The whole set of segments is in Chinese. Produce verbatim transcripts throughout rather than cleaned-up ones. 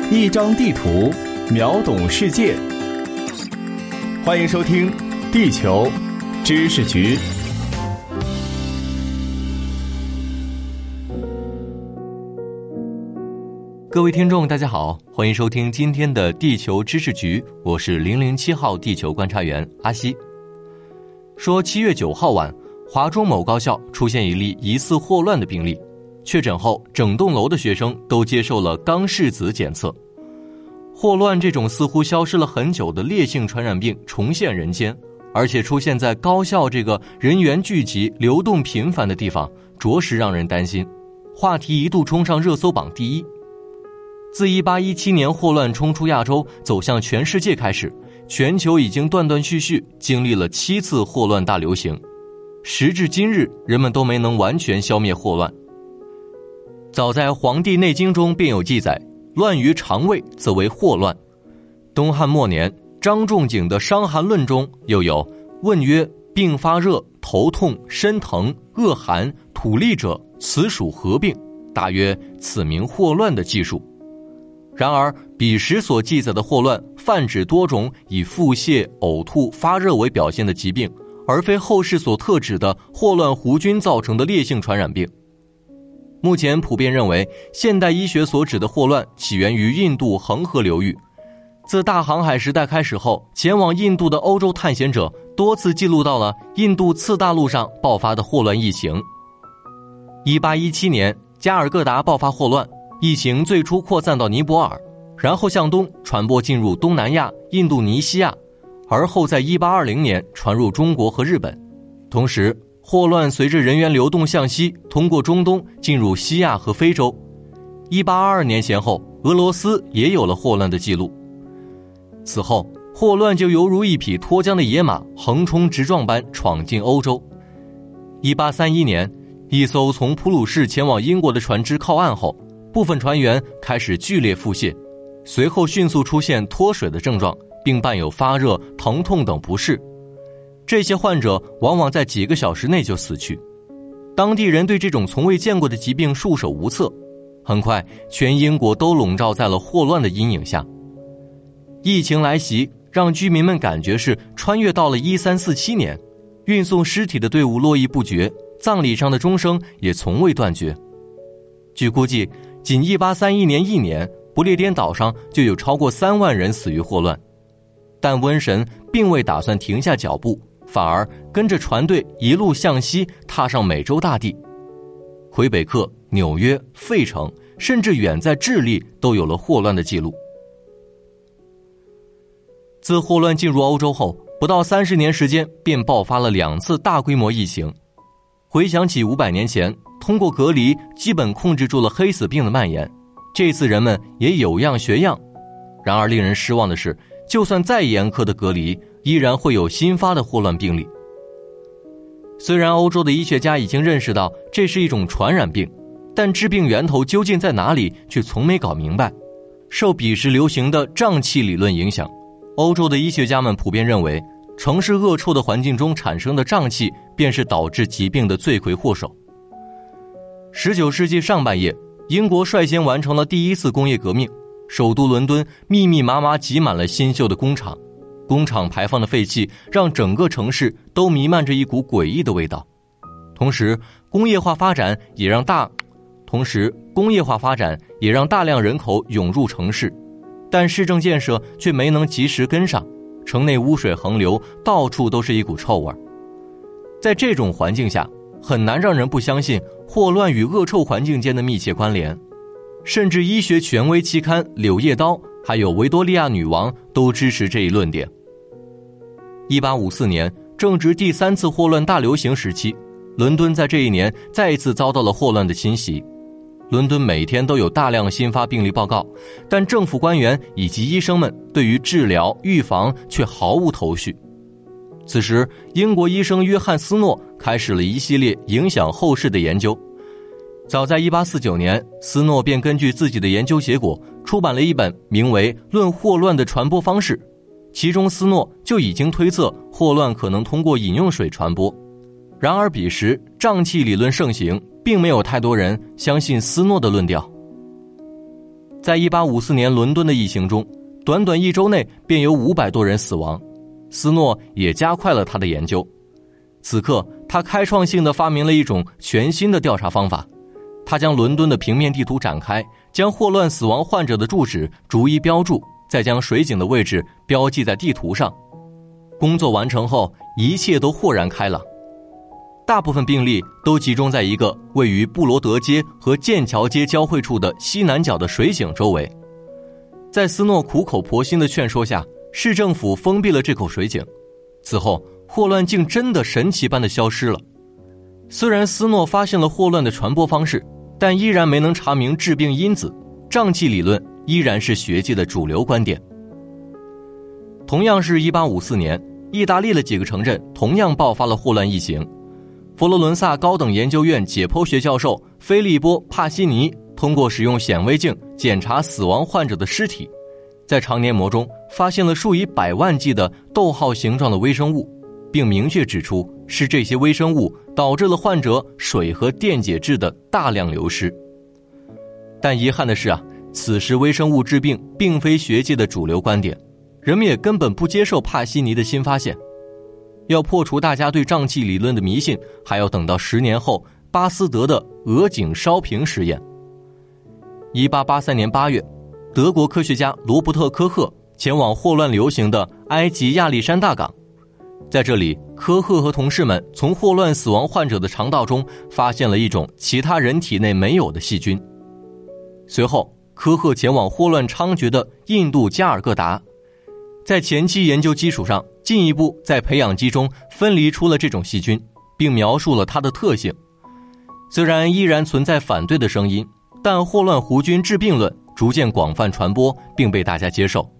一张地图，秒懂世界。欢迎收听地球知识局。 各位听众大家好，欢迎收听今天的地球知识局，我是零零七号地球观察员阿西。说七月九号晚，华中某高校出现一例疑似霍乱的病例，确诊后整栋楼的学生都接受了肛拭子检测。霍乱这种似乎消失了很久的烈性传染病重现人间，而且出现在高校这个人员聚集、流动频繁的地方，着实让人担心。话题一度冲上热搜榜第一。自一八一七年霍乱冲出亚洲走向全世界开始，全球已经断断续续经历了七次霍乱大流行。时至今日，人们都没能完全消灭霍乱。早在《黄帝内经》中便有记载，乱于肠胃则为霍乱。东汉末年，张仲景的《伤寒论》中又有问曰：病发热，头痛，身疼，恶寒，吐利者，此属何病？大约此名霍乱的记述。然而彼时所记载的霍乱泛指多种以腹泻、呕吐、发热为表现的疾病，而非后世所特指的霍乱弧菌造成的烈性传染病。目前普遍认为，现代医学所指的霍乱起源于印度恒河流域。自大航海时代开始后，前往印度的欧洲探险者多次记录到了印度次大陆上爆发的霍乱疫情。一八一七年，加尔各答爆发霍乱，疫情最初扩散到尼泊尔，然后向东传播进入东南亚、印度尼西亚，而后在一八二零年传入中国和日本。同时，霍乱随着人员流动向西，通过中东进入西亚和非洲。一八二二年前后，俄罗斯也有了霍乱的记录。此后，霍乱就犹如一匹脱缰的野马，横冲直撞般闯进欧洲。一八三一年，一艘从普鲁士前往英国的船只靠岸后，部分船员开始剧烈腹泻，随后迅速出现脱水的症状，并伴有发热、疼痛等不适。这些患者往往在几个小时内就死去。当地人对这种从未见过的疾病束手无策，很快全英国都笼罩在了霍乱的阴影下。疫情来袭，让居民们感觉是穿越到了一三四七年，运送尸体的队伍络绎不绝，葬礼上的钟声也从未断绝。据估计，仅一八三一年一年，不列颠岛上就有超过三万人死于霍乱。但瘟神并未打算停下脚步，反而跟着船队一路向西，踏上美洲大地。魁北克、纽约、费城，甚至远在智利都有了霍乱的记录。自霍乱进入欧洲后，不到三十年时间便爆发了两次大规模疫情。回想起五百年前，通过隔离基本控制住了黑死病的蔓延，这次人们也有样学样。然而令人失望的是，就算再严苛的隔离，依然会有新发的霍乱病例。虽然欧洲的医学家已经认识到这是一种传染病，但致病源头究竟在哪里却从没搞明白。受彼时流行的瘴气理论影响，欧洲的医学家们普遍认为，城市恶臭的环境中产生的瘴气便是导致疾病的罪魁祸首。十九世纪上半叶，英国率先完成了第一次工业革命，首都伦敦密密麻麻挤满了新秀的工厂，工厂排放的废气让整个城市都弥漫着一股诡异的味道。同时，工业化发展也让大同时工业化发展也让大量人口涌入城市，但市政建设却没能及时跟上，城内污水横流，到处都是一股臭味。在这种环境下，很难让人不相信霍乱与恶臭环境间的密切关联。甚至医学权威期刊《柳叶刀》还有维多利亚女王都支持这一论点。一八五四年，正值第三次霍乱大流行时期，伦敦在这一年再一次遭到了霍乱的侵袭。伦敦每天都有大量新发病例报告，但政府官员以及医生们对于治疗、预防却毫无头绪。此时，英国医生约翰斯诺开始了一系列影响后世的研究。早在一八四九年，斯诺便根据自己的研究结果出版了一本名为《论霍乱的传播方式》，其中斯诺就已经推测霍乱可能通过饮用水传播。然而彼时瘴气理论盛行，并没有太多人相信斯诺的论调。 在一八五四年伦敦的疫情中，短短一周内便有五百多人死亡。斯诺也加快了他的研究。此刻，他开创性地发明了一种全新的调查方法。他将伦敦的平面地图展开，将霍乱死亡患者的住址逐一标注，再将水井的位置标记在地图上。工作完成后，一切都豁然开朗。大部分病例都集中在一个位于布罗德街和剑桥街交汇处的西南角的水井周围。在斯诺苦口婆心的劝说下，市政府封闭了这口水井。此后，霍乱竟真的神奇般的消失了。虽然斯诺发现了霍乱的传播方式，但依然没能查明致病因子，瘴气理论依然是学界的主流观点。同样是一八五四年，意大利的几个城镇同样爆发了霍乱疫情。佛罗伦萨高等研究院解剖学教授菲利波·帕西尼通过使用显微镜检查死亡患者的尸体，在肠黏膜中发现了数以百万计的逗号形状的微生物，并明确指出是这些微生物导致了患者水和电解质的大量流失。但遗憾的是啊，此时微生物治病并非学界的主流观点，人们也根本不接受帕西尼的新发现。要破除大家对瘴气理论的迷信，还要等到十年后巴斯德的鹅颈烧瓶实验。一八八三年八月，德国科学家罗伯特·科赫前往霍乱流行的埃及亚历山大港。在这里，科赫和同事们从霍乱死亡患者的肠道中发现了一种其他人体内没有的细菌。随后，科赫前往霍乱猖獗的印度加尔各答，在前期研究基础上，进一步在培养基中分离出了这种细菌，并描述了它的特性。虽然依然存在反对的声音，但霍乱弧菌致病论逐渐广泛传播，并被大家接受。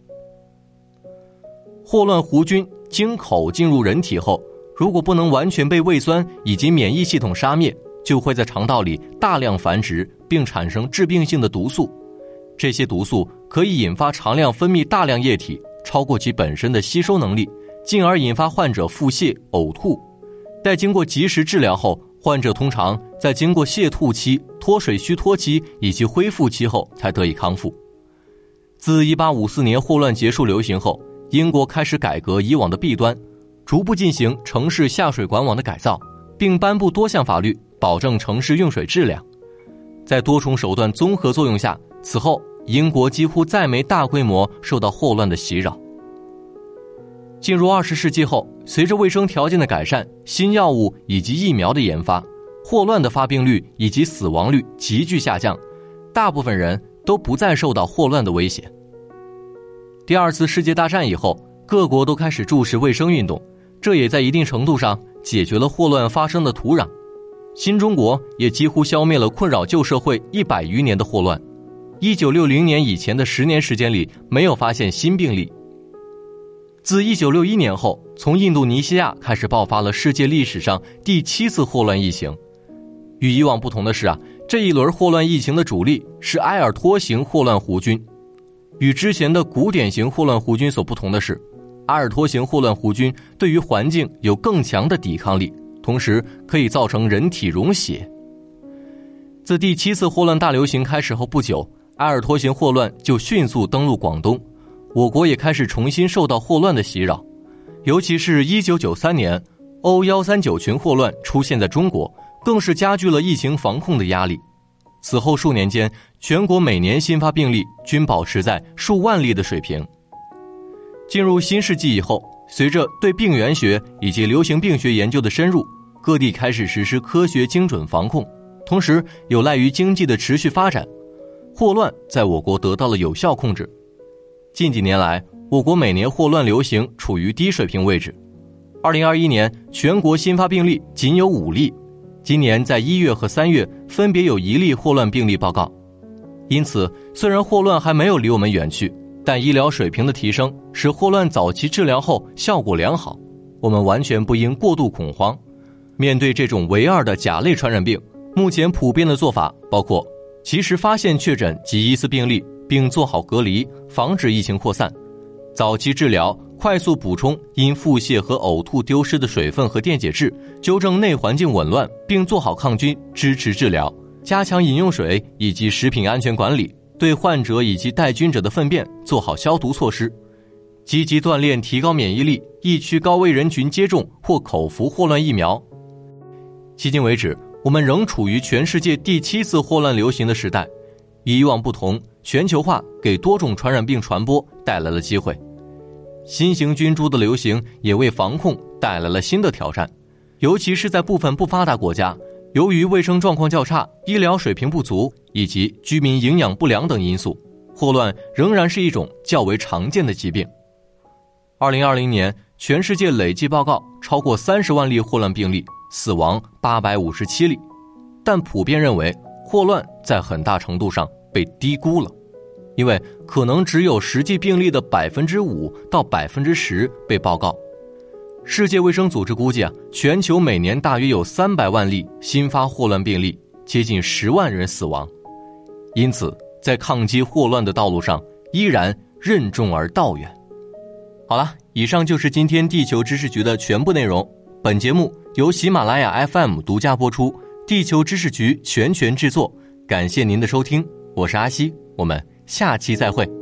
霍乱弧菌经口进入人体后，如果不能完全被胃酸以及免疫系统杀灭，就会在肠道里大量繁殖，并产生致病性的毒素。这些毒素可以引发肠量分泌大量液体，超过其本身的吸收能力，进而引发患者腹泻、呕吐。待经过及时治疗后，患者通常在经过泻吐期、脱水虚脱期以及恢复期后才得以康复。自一八五四年霍乱结束流行后，英国开始改革以往的弊端，逐步进行城市下水管网的改造，并颁布多项法律，保证城市用水质量。在多重手段综合作用下，此后英国几乎再没大规模受到霍乱的袭扰。进入二十世纪后，随着卫生条件的改善、新药物以及疫苗的研发，霍乱的发病率以及死亡率急剧下降，大部分人都不再受到霍乱的威胁。第二次世界大战以后，各国都开始注视卫生运动，这也在一定程度上解决了霍乱发生的土壤。新中国也几乎消灭了困扰旧社会一百余年的霍乱。一九六零年以前的十年时间里，没有发现新病例。自一九六一年后，从印度尼西亚开始爆发了世界历史上第七次霍乱疫情。与以往不同的是啊，这一轮霍乱疫情的主力是埃尔托型霍乱弧菌。与之前的古典型霍乱弧菌所不同的是，阿尔托型霍乱弧菌对于环境有更强的抵抗力，同时可以造成人体溶血。自第七次霍乱大流行开始后不久，阿尔托型霍乱就迅速登陆广东，我国也开始重新受到霍乱的袭扰。尤其是一九九三年 O 一三九 群霍乱出现在中国，更是加剧了疫情防控的压力。此后数年间，全国每年新发病例均保持在数万例的水平。进入新世纪以后，随着对病原学以及流行病学研究的深入，各地开始实施科学精准防控，同时有赖于经济的持续发展，霍乱在我国得到了有效控制。近几年来，我国每年霍乱流行处于低水平位置。二零二一年全国新发病例仅有五例，今年在一月和三月分别有一例霍乱病例报告。因此，虽然霍乱还没有离我们远去，但医疗水平的提升使霍乱早期治疗后效果良好，我们完全不应过度恐慌。面对这种唯二的甲类传染病，目前普遍的做法包括及时发现确诊及疑似病例，并做好隔离，防止疫情扩散；早期治疗，快速补充因腹泻和呕吐丢失的水分和电解质，纠正内环境紊乱，并做好抗菌，支持治疗；加强饮用水以及食品安全管理， 对患者以及带菌者的粪便做好消毒措施，积极锻炼提高免疫力，疫区高危人群接种或口服霍乱疫苗。迄今为止，我们仍处于全世界第七次霍乱流行的时代。与以往不同，全球化给多种传染病传播带来了机会。新型菌株的流行也为防控带来了新的挑战，尤其是在部分不发达国家，由于卫生状况较差、医疗水平不足以及居民营养不良等因素，霍乱仍然是一种较为常见的疾病。二零二零年，全世界累计报告超过三十万例霍乱病例，死亡八百五十七例，但普遍认为霍乱在很大程度上被低估了，因为可能只有实际病例的百分之五到百分之十被报告。世界卫生组织估计啊，全球每年大约有三百万例新发霍乱病例，接近十万人死亡。因此，在抗击霍乱的道路上，依然任重而道远。好了，以上就是今天地球知识局的全部内容。本节目由喜马拉雅 F M 独家播出，地球知识局全权制作。感谢您的收听，我是阿西，我们下期再会。